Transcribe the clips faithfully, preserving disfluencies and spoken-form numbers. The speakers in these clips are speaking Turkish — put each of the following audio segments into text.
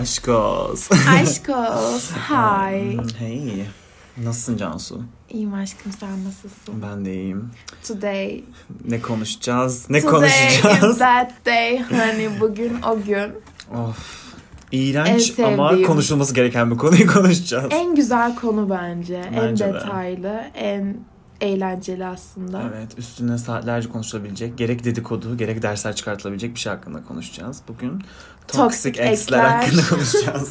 Aşkos. Aşkos. Hi. Hey. Nasılsın Cansu? İyiyim aşkım, sen nasılsın? Ben de iyiyim. Today. Ne konuşacağız? Ne Today konuşacağız? is that day. Hani bugün o gün. Of. İğrenç ama sevdiğim. konuşulması gereken bir konuyu konuşacağız. En güzel konu bence. Bence en de. detaylı, en eğlenceli aslında. Evet, üstüne saatlerce konuşulabilecek, gerek dedikodu, gerek dersler çıkartılabilecek bir şey hakkında konuşacağız. Bugün toxic Toxic ex'ler ex'ler. hakkında konuşacağız.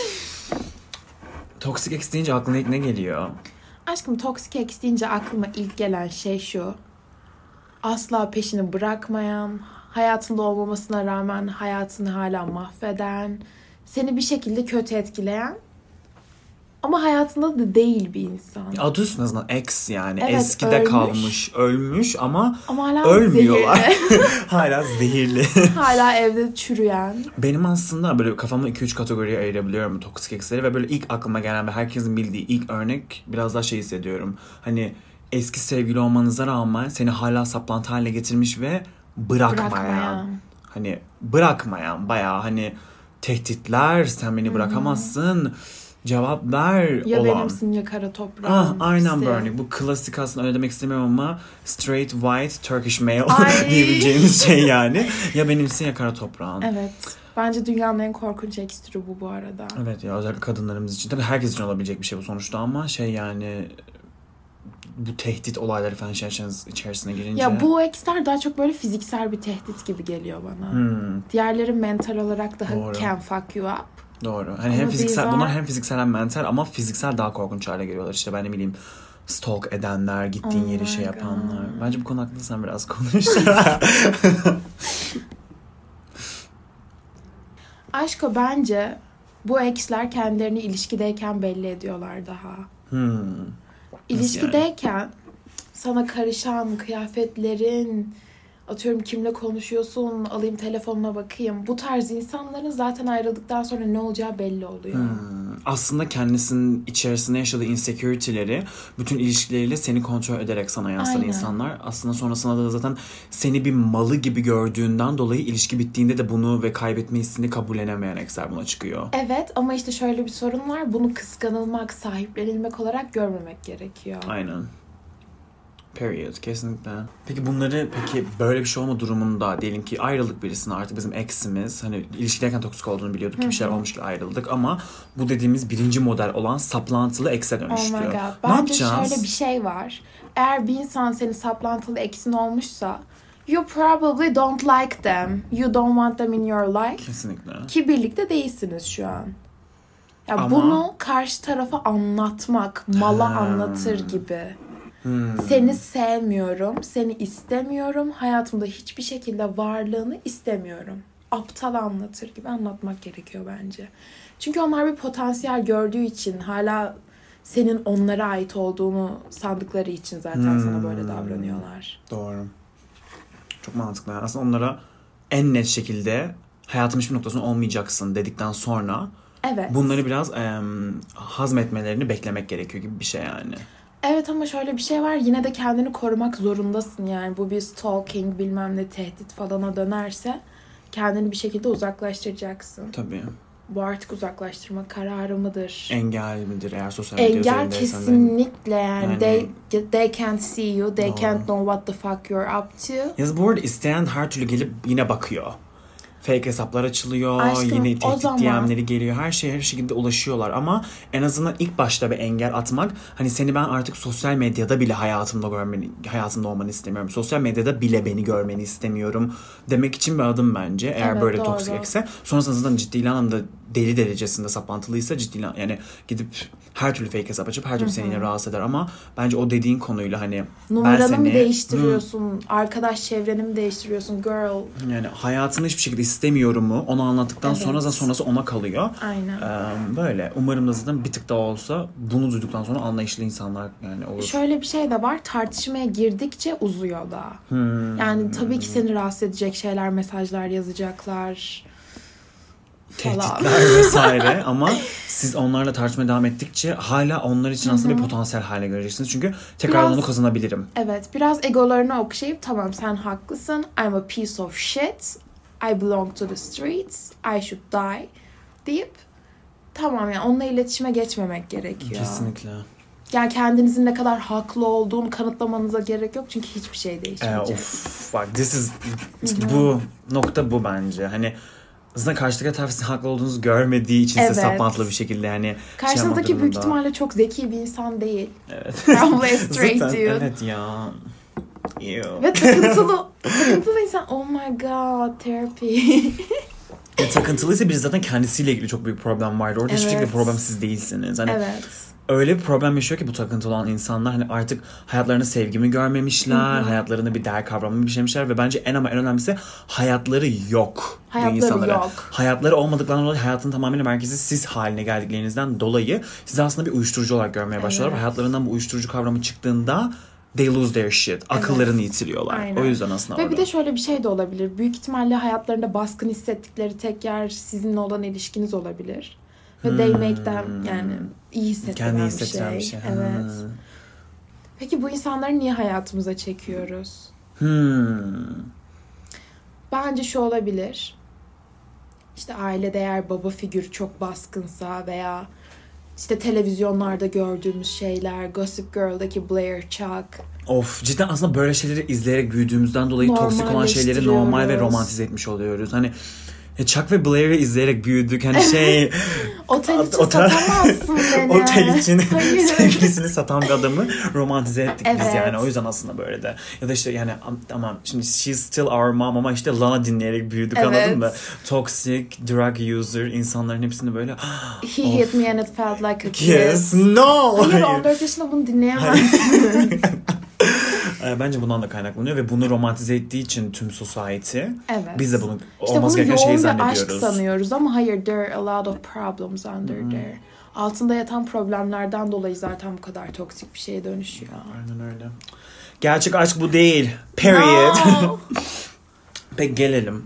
Toxic ex deyince aklına ilk ne geliyor? Aşkım, toxic ex deyince aklıma ilk gelen şey şu. Asla peşini bırakmayan, hayatında olmamasına rağmen hayatını hala mahveden, seni bir şekilde kötü etkileyen ama hayatında da değil bir insan. Adı üstüne azından ex yani. Evet, Eskide ölmüş. kalmış, ölmüş ama, Ama hala ölmüyorlar. zehirli. Hala zehirli. Hala evde çürüyen. Benim aslında böyle kafamda iki üç kategoriye ayırabiliyorum bu toksik ex'leri ve böyle ilk aklıma gelen ve herkesin bildiği ilk örnek biraz daha şey hissediyorum. Hani eski sevgili olmanıza rağmen seni hala saplantı haline getirmiş ve bırakmayan. Bırakmayan. Hani bırakmayan bayağı hani tehditler, sen beni bırakamazsın, cevap ver Ya olan. benimsin ya kara toprağın. Ah, aynen işte. böyle. Bu klasik, aslında öyle demek istemiyorum ama straight white Turkish male Ay. diyebileceğimiz şey yani. Ya benimsin ya kara toprağın. Evet. Bence dünyanın en korkunç ex türü bu bu arada. Evet ya, özellikle kadınlarımız için. Tabii herkes için olabilecek bir şey bu sonuçta ama şey yani bu tehdit olayları falan şey içerisine girince. Ya bu ex'ler daha çok böyle fiziksel bir tehdit gibi geliyor bana. Hmm, Diğerleri mental olarak daha Doğru. can fuck you up. doğru. Hani Ama hem fiziksel, these bunlar are- hem fiziksel hem mental ama fiziksel daha korkunç hale geliyorlar. İşte ben ne bileyim, stalk edenler, gittiğin Oh yeri my şey yapanlar. God. Bence bu konu hakkında sen biraz konuş. Aşko, bence bu ex'ler kendilerini ilişkideyken belli ediyorlar daha. hmm. İlişkideyken sana karışan kıyafetlerin, atıyorum kimle konuşuyorsun, alayım telefonuna bakayım. Bu tarz insanların zaten ayrıldıktan sonra ne olacağı belli oluyor. Hmm. Aslında kendisinin içerisinde yaşadığı insecurity'leri bütün ilişkileriyle seni kontrol ederek sana yansıtan Aynen. insanlar. Aslında sonrasında da zaten seni bir malı gibi gördüğünden dolayı ilişki bittiğinde de bunu ve kaybetme hissini kabullenemeyen ex'ler buna çıkıyor. Evet, ama işte şöyle bir sorun var. Bunu kıskanılmak, sahiplenilmek olarak görmemek gerekiyor. Aynen. Period. Kesinlikle. Peki bunları, peki böyle bir şey olma durumunda diyelim ki ayrıldık birisine, artık bizim ex'imiz, hani ilişkideyken toksik olduğunu biliyorduk ki bir şeyler olmuş ki ayrıldık ama bu dediğimiz birinci model olan saplantılı ex'e Oh my dönüştürüyor. god. Ne Bence yapacağız? şöyle bir şey var. Eğer bir insan senin saplantılı ex'in olmuşsa, you probably don't like them. You don't want them in your life. Kesinlikle. Ki birlikte değilsiniz şu an. Ya Ama- bunu karşı tarafa anlatmak, mala Hmm. anlatır gibi. Hmm. Seni sevmiyorum, seni istemiyorum, hayatımda hiçbir şekilde varlığını istemiyorum. Aptal anlatır gibi anlatmak gerekiyor bence. Çünkü onlar bir potansiyel gördüğü için, hala senin onlara ait olduğunu sandıkları için zaten sana Hmm. böyle davranıyorlar. Doğru. Çok mantıklı. Yani aslında onlara en net şekilde hayatın hiçbir noktasında olmayacaksın dedikten sonra Evet. bunları biraz em, hazmetmelerini beklemek gerekiyor gibi bir şey yani. Evet, ama şöyle bir şey var. Yine de kendini korumak zorundasın yani. Bu bir stalking, bilmem ne, tehdit falana dönerse kendini bir şekilde uzaklaştıracaksın. Tabii. Bu artık uzaklaştırma kararı mıdır? Engel midir eğer sosyal medya Engel üzerindeysen de? kesinlikle yani. Yani- They, they can't see you. They Doğru. can't know what the fuck you're up to. Yalnız bu arada isteyen her türlü gelip yine bakıyor. Fake hesaplar açılıyor, Aşkım, yine o tehdit zaman- D M'leri geliyor. Her şeye her şekilde ulaşıyorlar ama en azından ilk başta bir engel atmak, hani seni ben artık sosyal medyada bile hayatımda görmeni, hayatımda olmanı istemiyorum. Sosyal medyada bile beni görmeni istemiyorum demek için bir adım bence. Eğer Evet, böyle doğru. toksik ekse. Sonrasında zaten ciddi anlamda deli derecesinde saplantılıysa ciddi lan- yani gidip her türlü fake hesap açıp her türlü seni yine rahatsız eder ama bence o dediğin konuyla hani Numaranı ben seni mı değiştiriyorsun? Arkadaş çevreni mi değiştiriyorsun? Girl. yani hayatını hiçbir şekilde istemiyorumu onu anlattıktan Evet. sonra da sonrası ona kalıyor. Aynen. Ee, böyle. Umarım da zaten bir tık daha olsa bunu duyduktan sonra anlayışlı insanlar yani olur. Şöyle bir şey de var. Tartışmaya girdikçe uzuyor da. Hmm. Yani tabii ki seni rahatsız edecek şeyler, mesajlar yazacaklar falan. Tehditler vesaire ama siz onlarla tartışmaya devam ettikçe hala onlar için aslında bir potansiyel hale göreceksiniz. Çünkü tekrar Biraz- onu kazanabilirim. Evet, biraz egolarını okşayıp tamam sen haklısın. I'm a piece of shit. I belong to the streets. I should die. deyip tamam yani onunla iletişime geçmemek gerekiyor. Kesinlikle. Yani kendinizin ne kadar haklı olduğunu kanıtlamanıza gerek yok çünkü hiçbir şey değişmeyecek. Ee, of, bak this is bu nokta bu bence. Hani aslında karşıdaki taraf sizin haklı olduğunuzu görmediği için Evet. size saplantılı bir şekilde yani Karşınızdaki şey büyük ihtimalle çok zeki bir insan değil. Evet. Probably a straight Zaten, dude. evet ya. Ew. Ve takıntılı, takıntılı insan. Oh my god, therapy. Ya, takıntılıysa bir zaten kendisiyle ilgili çok büyük problem vardı. Orada hiçbir Evet. şekilde problem siz değilsiniz. Hani Evet. öyle bir problem yaşıyor ki bu takıntılı olan insanlar hani artık hayatlarında sevgimi görmemişler, Hı hı. hayatlarında bir değer kavramını bilmemişler ve bence en ama en önemlisi hayatları yok Hayatları bu insanlara. yok. Hayatları olmadıklarından dolayı hayatın tamamıyla merkezi siz haline geldiklerinizden dolayı sizi aslında bir uyuşturucu olarak görmeye başlıyorlar. Evet. Ve hayatlarından bu uyuşturucu kavramı çıktığında they lose their shit. Akıllarını yitiriyorlar. Aynen. O yüzden aslında Ve orada. bir de şöyle bir şey de olabilir. Büyük ihtimalle hayatlarında baskın hissettikleri tek yer sizinle olan ilişkiniz olabilir. Ve they make them yani iyi hissettiren Kendi bir hissettiren şey. bir şey. Evet. Ha. Peki bu insanları niye hayatımıza çekiyoruz? Hmm. Bence şu olabilir. İşte ailede eğer baba figürü çok baskınsa veya işte televizyonlarda gördüğümüz şeyler, Gossip Girl'daki Blair Chuck. Of, cidden aslında böyle şeyleri izleyerek büyüdüğümüzden dolayı toksik olan şeyleri normal ve Normalleştiriyoruz. romantize etmiş oluyoruz. Hani ya Chuck ve Blair'i izleyerek büyüdük. Hani şey Otel için Otel- satamazsın beni. otel için Hayır. sevgilisini satan bir adamı romantize ettik biz Evet. yani. O yüzden aslında böyle de. Ya da işte yani am- tamam şimdi she's still our mom ama işte Lana dinleyerek büyüdük, Evet. anladın mı? Toxic, drug user insanların hepsini böyle He hit me and it felt like a kiss. yes, no. Hayır, on dört yaşında bunu dinleyemezsin. Ee, Bence bundan da kaynaklanıyor ve bunu romantize ettiği için tüm society Evet. biz de bunu İşte olması bunu gereken şeyi yoğun bir aşk zannediyoruz. sanıyoruz ama hayır, there are a lot of problems under Hmm. there. Altında yatan problemlerden dolayı zaten bu kadar toksik bir şeye dönüşüyor. Aynen öyle. Gerçek aşk bu değil. Period. No. Peki gelelim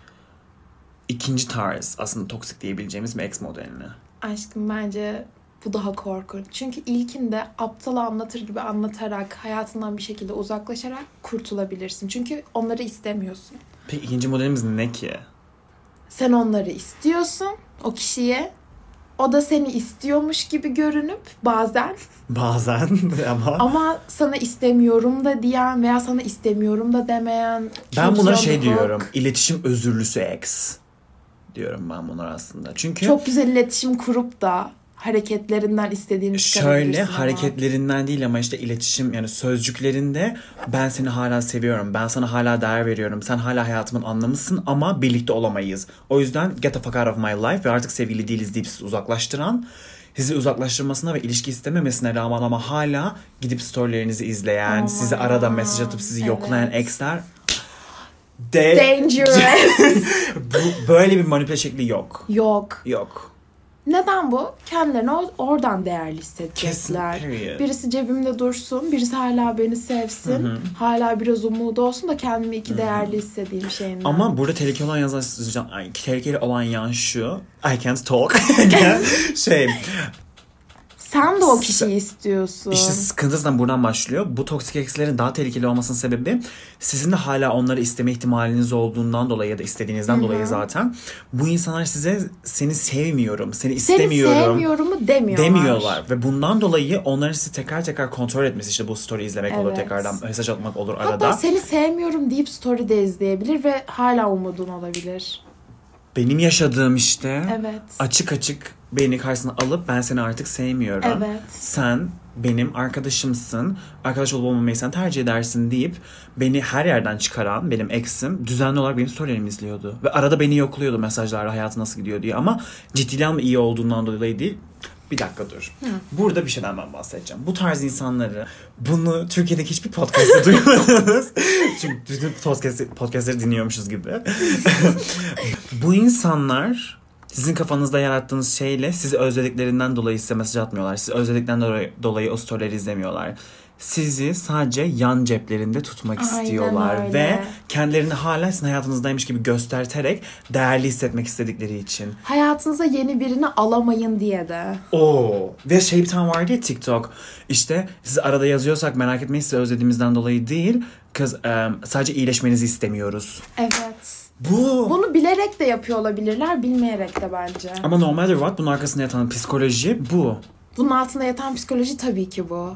ikinci tarz aslında toksik diyebileceğimiz bir ex modeline. Aşkım bence bu daha korkunç. Çünkü ilkinde aptal anlatır gibi anlatarak, hayatından bir şekilde uzaklaşarak kurtulabilirsin. Çünkü onları istemiyorsun. Peki ikinci modelimiz ne ki? Sen onları istiyorsun, o kişiye. O da seni istiyormuş gibi görünüp bazen Bazen ama ama sana istemiyorum da diyen veya sana istemiyorum da demeyen. ben bunlara şey kimse onu diyorum. hak- İletişim özürlüsü ex diyorum ben bunlara aslında. Çünkü Çok güzel iletişim kurup da hareketlerinden istediğini çıkarabilirsin şöyle ama. hareketlerinden değil ama işte iletişim yani sözcüklerinde ben seni hala seviyorum. Ben sana hala değer veriyorum. Sen hala hayatımın anlamısın ama birlikte olamayız. O yüzden get the fuck out of my life ve artık sevgili değiliz deyip sizi uzaklaştıran, sizi uzaklaştırmasına ve ilişki istememesine rağmen ama hala gidip storylerinizi izleyen, Oh sizi my arada God. mesaj atıp sizi Evet. yoklayan exler de Dangerous. bu, böyle bir manipüle şekli yok. Yok. Yok. Neden bu? Kendilerini or- oradan değerli hissedecekler. Kesin, period. Birisi cebimde dursun, birisi hala beni sevsin, hala biraz umudu olsun da kendimi iki değerli hissedeyim şeyinden. Ama burada tehlikeli olan yazan, ay, tehlikeli olan yan şu. I can't talk. şey, sen de o kişiyi istiyorsun. işte sıkıntı zaten buradan başlıyor. Bu toksik ex'lerin daha tehlikeli olmasının sebebi sizin de hala onları isteme ihtimaliniz olduğundan dolayı ya da istediğinizden Hı-hı. dolayı zaten bu insanlar size seni sevmiyorum, seni Seni istemiyorum sevmiyorum mu demiyorlar. demiyorlar. Ve bundan dolayı onların sizi tekrar tekrar kontrol etmesi, işte bu story izlemek olur, Evet. tekrardan mesaj atmak olur Hatta arada. seni sevmiyorum deyip story de izleyebilir ve hala umudun olabilir. Benim yaşadığım işte Evet. açık açık beni karşısına alıp ben seni artık sevmiyorum. Evet. Sen benim arkadaşımsın. Arkadaş olup olmamayı sen tercih edersin deyip beni her yerden çıkaran benim ex'im düzenli olarak benim storylerimi izliyordu. Ve arada beni yokluyordu mesajlarla hayatı nasıl gidiyor diye. Ama ciddiliği alma iyi olduğundan dolayı değil. Bir dakika dur. Hı. Burada bir şeyden ben bahsedeceğim. Bu tarz insanları, bunu Türkiye'deki hiçbir podcast'ta duymadınız. Çünkü bütün podcast, podcast'leri dinliyormuşuz gibi. Bu insanlar sizin kafanızda yarattığınız şeyle sizi özlediklerinden dolayı size mesaj atmıyorlar. Sizi özlediklerinden dolayı, dolayı o storyleri izlemiyorlar. Sizi sadece yan ceplerinde tutmak Aynen istiyorlar. öyle. Ve kendilerini hala sizin hayatınızdaymış gibi gösterterek değerli hissetmek istedikleri için. Hayatınıza yeni birini alamayın diye de. Oo. Ve şey bir tane vardı ya TikTok. İşte sizi arada yazıyorsak merak etmeyin, sizi özlediğimizden dolayı değil. Kız um, sadece iyileşmenizi istemiyoruz. Evet. Bu. Bunu bilerek de yapıyor olabilirler, bilmeyerek de bence. Ama no matter what, bunun arkasında yatan psikoloji bu. Bunun altında yatan psikoloji tabii ki bu.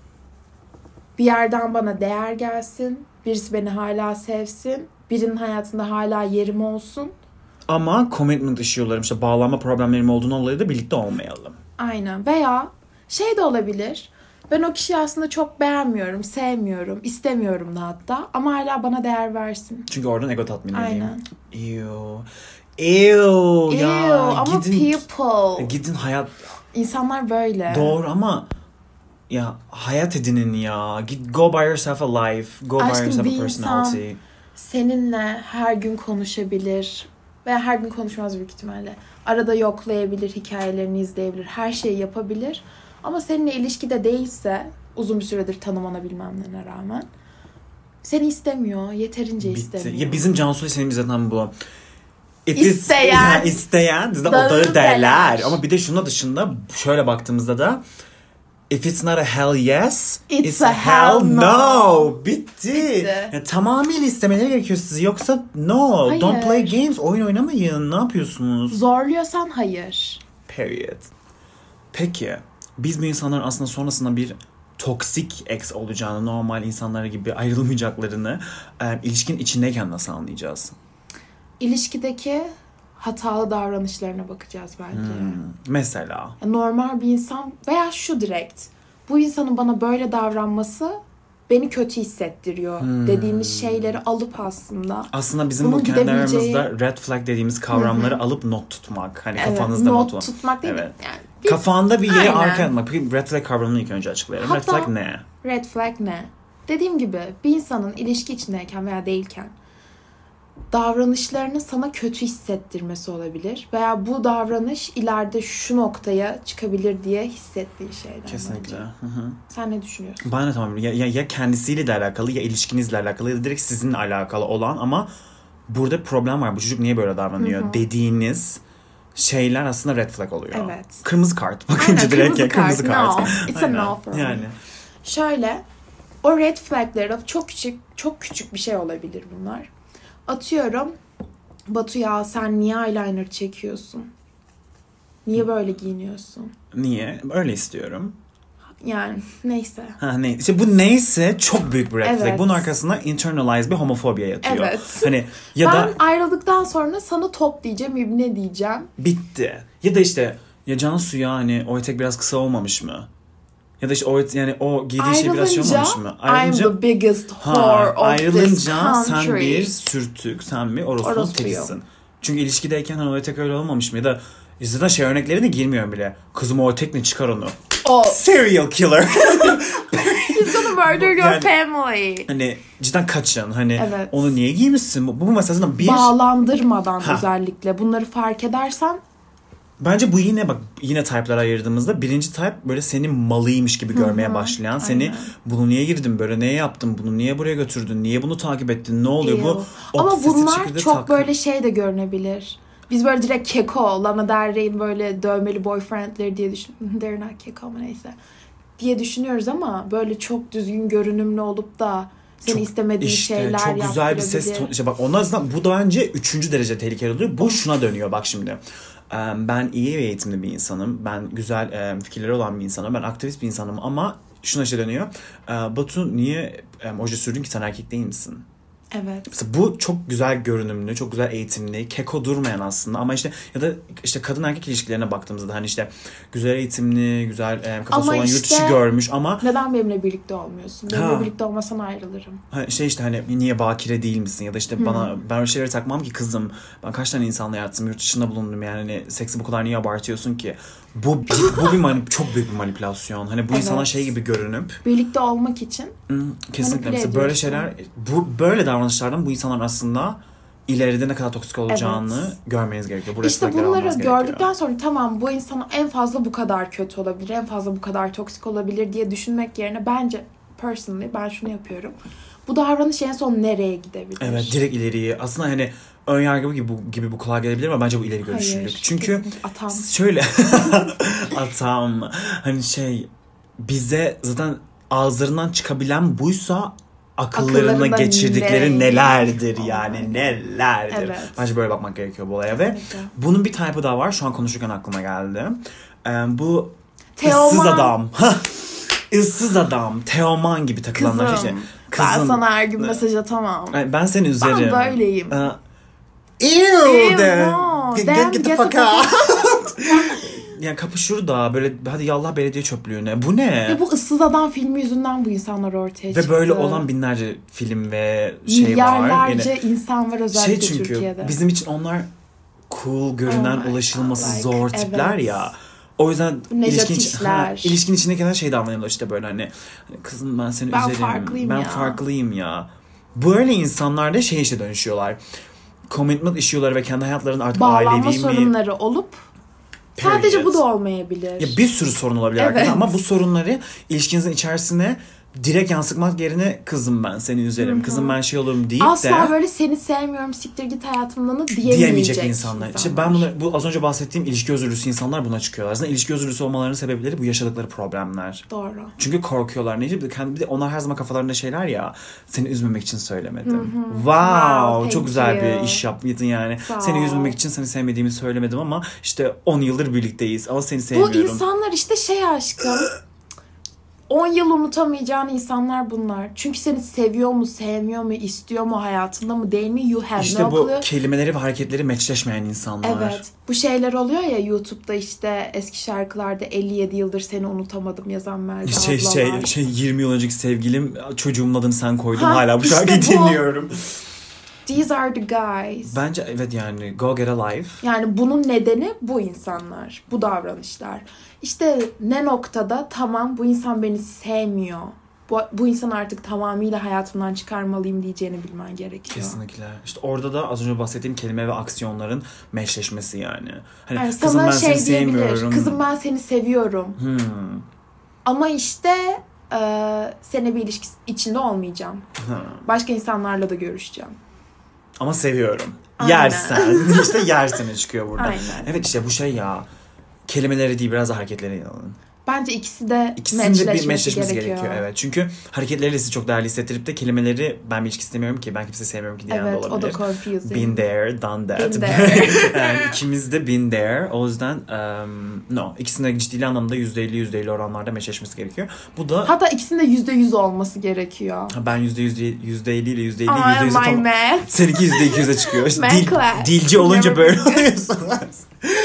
Bir yerden bana değer gelsin, birisi beni hala sevsin, birinin hayatında hala yerim olsun. Ama commitment issue'larım, işte bağlanma problemlerim olduğundan dolayı da birlikte olmayalım. Aynen. Veya şey de olabilir. Ben o kişiyi aslında çok beğenmiyorum, sevmiyorum, istemiyorum da hatta. Ama hala bana değer versin. Çünkü oradan ego tatmin edeyim. Aynen. Ew. Ew. Ya Ew, ama gidin, people. Gidin hayat. İnsanlar böyle. Doğru ama ya hayat edinin ya. Git go buy yourself a life. Go Aşkım, buy yourself bir a personality. insan seninle her gün konuşabilir. Veya her gün konuşmaz büyük ihtimalle. Arada yoklayabilir, hikayelerini izleyebilir, her şeyi yapabilir. Ama seninle ilişkide değilse, uzun bir süredir tanımana bilmem ne rağmen, seni istemiyor, yeterince Bitti. istemiyor. Ya bizim Cansu'yla senin zaten bu. If İsteyen. isteyen. Bizde o Dağı dağı deler. derler. Ama bir de şuna dışında şöyle baktığımızda da if it's not a hell yes, It's it's, a a hell hell no. no. Bitti. Bitti. Ya, tamamıyla istemeleri gerekiyor sizi. Yoksa no. Hayır. Don't play games. Oyun oynamayın. Ne yapıyorsunuz? Zorluyorsan hayır. Period. Peki biz bu insanların aslında sonrasında bir toksik ex olacağını, normal insanlar gibi ayrılmayacaklarını e, ilişkinin içindeyken nasıl anlayacağız? İlişkideki hatalı davranışlarına bakacağız bence. Hmm, mesela. Normal bir insan veya şu direkt. Bu insanın bana böyle davranması beni kötü hissettiriyor Hmm. dediğimiz şeyleri alıp aslında. Aslında bizim Bunun bu kendi gidebileceği- aramızda red flag dediğimiz kavramları alıp not tutmak. Hani Evet, kafanızda not not, tutmak değil mi? Evet. Yani bir Kafanda bir yere Aynen. arka atmak. Peki red flag kavramını ilk önce açıklayalım. Red Hatta- flag ne? red flag ne? Dediğim gibi bir insanın ilişki içindeyken veya değilken davranışlarını sana kötü hissettirmesi olabilir. Veya bu davranış ileride şu noktaya çıkabilir diye hissettiği şeyler. Kesinlikle. bence. Hı hı. Sen ne düşünüyorsun? Ben de tamam. Ya, ya, ya kendisiyle de alakalı ya ilişkinizle alakalı ya da direkt sizinle alakalı olan ama burada bir problem var. Bu çocuk niye böyle davranıyor? Hı hı. Dediğiniz şeyler aslında red flag oluyor. Evet. Kırmızı kart. Bakınca Aynen, direkt ya kırmızı kırmızı kart. kart. No. It's a Aynen. no for me. Yani. Şöyle, o red flagları çok küçük, çok küçük bir şey olabilir bunlar. Atıyorum, Batu ya sen niye eyeliner çekiyorsun? Niye böyle giyiniyorsun? Niye? Öyle istiyorum. Yani neyse. Ha ne? İşte bu neyse çok büyük bir red flag. Evet. Bunun arkasında internalized bir homofobiya yatıyor. Evet. Hani ya ben da ayrıldıktan sonra sana top diyeceğim, ibne diyeceğim. bitti. Ya da işte ya Cansu ya hani o etek biraz kısa olmamış mı? Ya da işte o et, yani o giydiği şey biraz şey olmamış mı? I'm the biggest whore ha, of this ayrılınca country. sen bir sürtük, sen bir orospunun Orospuyum. tekisin. Çünkü ilişkideyken hani o etek öyle olmamış mı? Ya da zaten şey örneklerine girmiyorum bile. Kızım o etek ne, çıkar onu. O. Serial killer. He's gonna murder your Yani- family. Hani cidden kaçın. Hani Evet. onu niye giymişsin? Bu, bu mesela zaten bir... Bağlandırmadan Ha. özellikle. Bunları fark edersen Bence bu yine bak yine type'lara ayırdığımızda birinci type böyle senin malıymış gibi görmeye başlayan. Seni Aynen. bunu niye girdin böyle niye yaptın bunu niye buraya götürdün niye bunu takip ettin ne oluyor bu? Ew. Ama obsesif bunlar şekilde çok takip- böyle şey de görünebilir. Biz böyle direkt keko, Lana Del Rey'in böyle dövmeli boyfriendleri diye düşün. They're not keko ama neyse. Diye düşünüyoruz ama böyle çok düzgün görünümlü olup da seni Çok- istemediğin işte, şeyler çok güzel bir ses yaptırabilir. tonu. İşte bak ondan sonra bu da bence üçüncü derece tehlikeli oluyor. Bu şuna dönüyor bak şimdi. Ee, Ben iyi ve eğitimli bir insanım. Ben güzel e, fikirleri olan bir insanım. Ben aktivist bir insanım ama şuna işte dönüyor. Ee, Batu niye e, oje sürdün ki sen erkek değil misin? Evet. Mesela bu çok güzel görünümlü, çok güzel eğitimli, keko durmayan aslında ama işte ya da işte kadın erkek ilişkilerine baktığımızda da hani işte güzel eğitimli, güzel e, kafası Ama olan yurt işte- dışı görmüş ama Neden benimle birlikte olmuyorsun? Benimle Ha. birlikte olmasan ayrılırım. ha, şey işte hani niye bakire değil misin ya da işte bana ben öyle şeyleri takmam ki kızım ben kaç tane insanla yattım yurt dışında bulundum yani hani seksi bu kadar niye abartıyorsun ki bu bu bir manip çok büyük bir manipülasyon hani bu Evet. insanlar şey gibi görünüp Birlikte olmak için hmm, kesinlikle Manipüle mesela böyle ediyorsun. şeyler bu böyle davranışlardan bu insanlar aslında ileride ne kadar toksik olacağını Evet. görmeniz gerekiyor. Bu red İşte flagleri bunları almanız gerekiyor. gördükten sonra tamam bu insan en fazla bu kadar kötü olabilir, en fazla bu kadar toksik olabilir diye düşünmek yerine bence personally ben şunu yapıyorum. Bu davranış en son nereye gidebilir? Evet, direkt ileriye. Aslında hani ön yargı gibi bu gibi bu kulağa gelebilir ama bence bu ileri görüşlülük. Hayır, Çünkü kesinlikle atam. şöyle atam hani şey bize zaten ağızlarından çıkabilen buysa akıllarına Akıllarında geçirdikleri ne? nelerdir Oh yani my nelerdir. Evet. Bence böyle bakmak gerekiyor bu olaya ve Kesinlikle. bunun bir type'ı daha var. Şu an konuşurken aklıma geldi. Ee, bu Teoman. ıssız adam. Issız adam. Teoman gibi takılanlar. Kızım. işte. Ben sana her gün mesaj atamam. Ay, ben seni üzerim. Ben böyleyim. Ee, Ew, Ew, de. no. Get, Damn, get the get fuck the out. Yani kapı şurada böyle hadi yallah belediye çöplüğüne. Bu ne? Ve bu ıssız adam filmi yüzünden bu insanlar ortaya çıktı. Ve böyle olan binlerce film ve şey var. Milyarlarca Yani insan var özellikle şey çünkü Türkiye'de. bizim için onlar cool görünen, Oh my ulaşılması God, zor like, tipler evet. ya. O yüzden Nejat ilişkin, iç- İşler. ha, ilişkin içindeyken şey davranıyorlar işte böyle hani hani kızım ben seni Ben üzerim. farklıyım ben ya. farklıyım ya. Böyle insanlar da şey işte dönüşüyorlar. Commitment işiyorlar ve kendi hayatlarının artık Bağlanma ailevi mi? sorunları olup sadece Period. bu da olmayabilir. Ya bir sürü sorun olabilir Evet. arkadaşlar ama bu sorunları ilişkinizin içerisine direkt yansıtmak yerine kızım ben seni üzerim, Hı hı. kızım ben şey olurum deyip Asla de böyle seni sevmiyorum siktir git hayatımdan diyemeyecek, diyemeyecek insanlar. İşte ben bunu bu az önce bahsettiğim ilişki özürlüsü insanlar buna çıkıyorlar. Zaten ilişki özürlüsü olmalarının sebepleri bu yaşadıkları problemler. Doğru. Çünkü korkuyorlar. Neyse bir de kendi bir de onlar her zaman kafalarında şeyler ya. Seni üzmemek için söylemedim. Hı hı. Wow, Wow, çok thank güzel you. bir iş yaptın yani. Sağ Seni ol. üzmemek için seni sevmediğimi söylemedim ama işte on yıldır birlikteyiz ama seni Bu sevmiyorum. insanlar işte şey aşkım. on yıl unutamayacağın insanlar bunlar. Çünkü seni seviyor mu, sevmiyor mu, istiyor mu, hayatında mı, değil mi? You have İşte no bu clue. kelimeleri ve hareketleri meçleşmeyen insanlar. Evet. Bu şeyler oluyor ya YouTube'da işte eski şarkılarda elli yedi yıldır seni unutamadım yazan Melda Şey ablalar. şey şey yirmi yıl önceki sevgilim çocuğumun adını sen koydun Ha, hala bu işte şarkıyı bu. dinliyorum. These are the guys. Bence evet yani go get a life. Yani bunun nedeni bu insanlar, bu davranışlar. İşte ne noktada tamam bu insan beni sevmiyor. Bu, bu insanı artık tamamıyla hayatımdan çıkarmalıyım diyeceğini bilmen gerekiyor. Kesinlikle. İşte orada da az önce bahsettiğim kelime ve aksiyonların meşleşmesi yani. Hani Yani kızım sana ben şey seni diyebilir, sevmiyorum. kızım ben seni seviyorum. Hmm. Ama işte e, seninle bir ilişki içinde olmayacağım. Ha. Başka insanlarla da görüşeceğim. Ama seviyorum. Aynen. Yersen. işte yersene çıkıyor burada. Aynen. Evet işte bu şey ya. Kelimeleri değil biraz da hareketlere inanın. Bence ikisi de İkisinin de matchleşmesi bir meşleşmesi gerekiyor. gerekiyor. Evet. Çünkü hareketleriyle sizi çok değerli hissettirip de kelimeleri ben bir ilişki istemiyorum ki, ben kimseyi sevmiyorum ki diyen Evet, de o olabilir. da confusing. Been there, done that. Been there. Yani ikimiz de been there. O yüzden um, no. İkisinin de ciddi anlamda yüzde elli yüzde elli oranlarda meşleşmesi gerekiyor. Bu da Hatta ikisinin de yüzde yüz olması gerekiyor. ben yüzde yüz yüzde elli ile yüzde elli Ama yüzde yüze my tam math. seninki yüzde iki yüze çıkıyor. İşte Math dil, class. dilci olunca Never böyle been oluyorsunuz.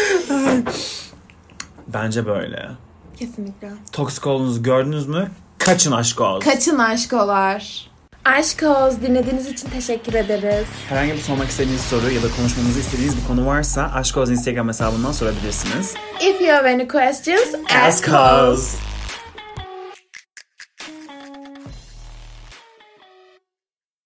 Bence böyle. Kesinlikle. Toksik olduğunuzu gördünüz mü? Kaçın aşk olsun. Kaçın aşkolar. Aşkoz dinlediğiniz için teşekkür ederiz. Herhangi bir sormak istediğiniz soru ya da konuşmamızı istediğiniz bir konu varsa Aşk Oz Instagram hesabından sorabilirsiniz. If you have any questions, Ask Oz.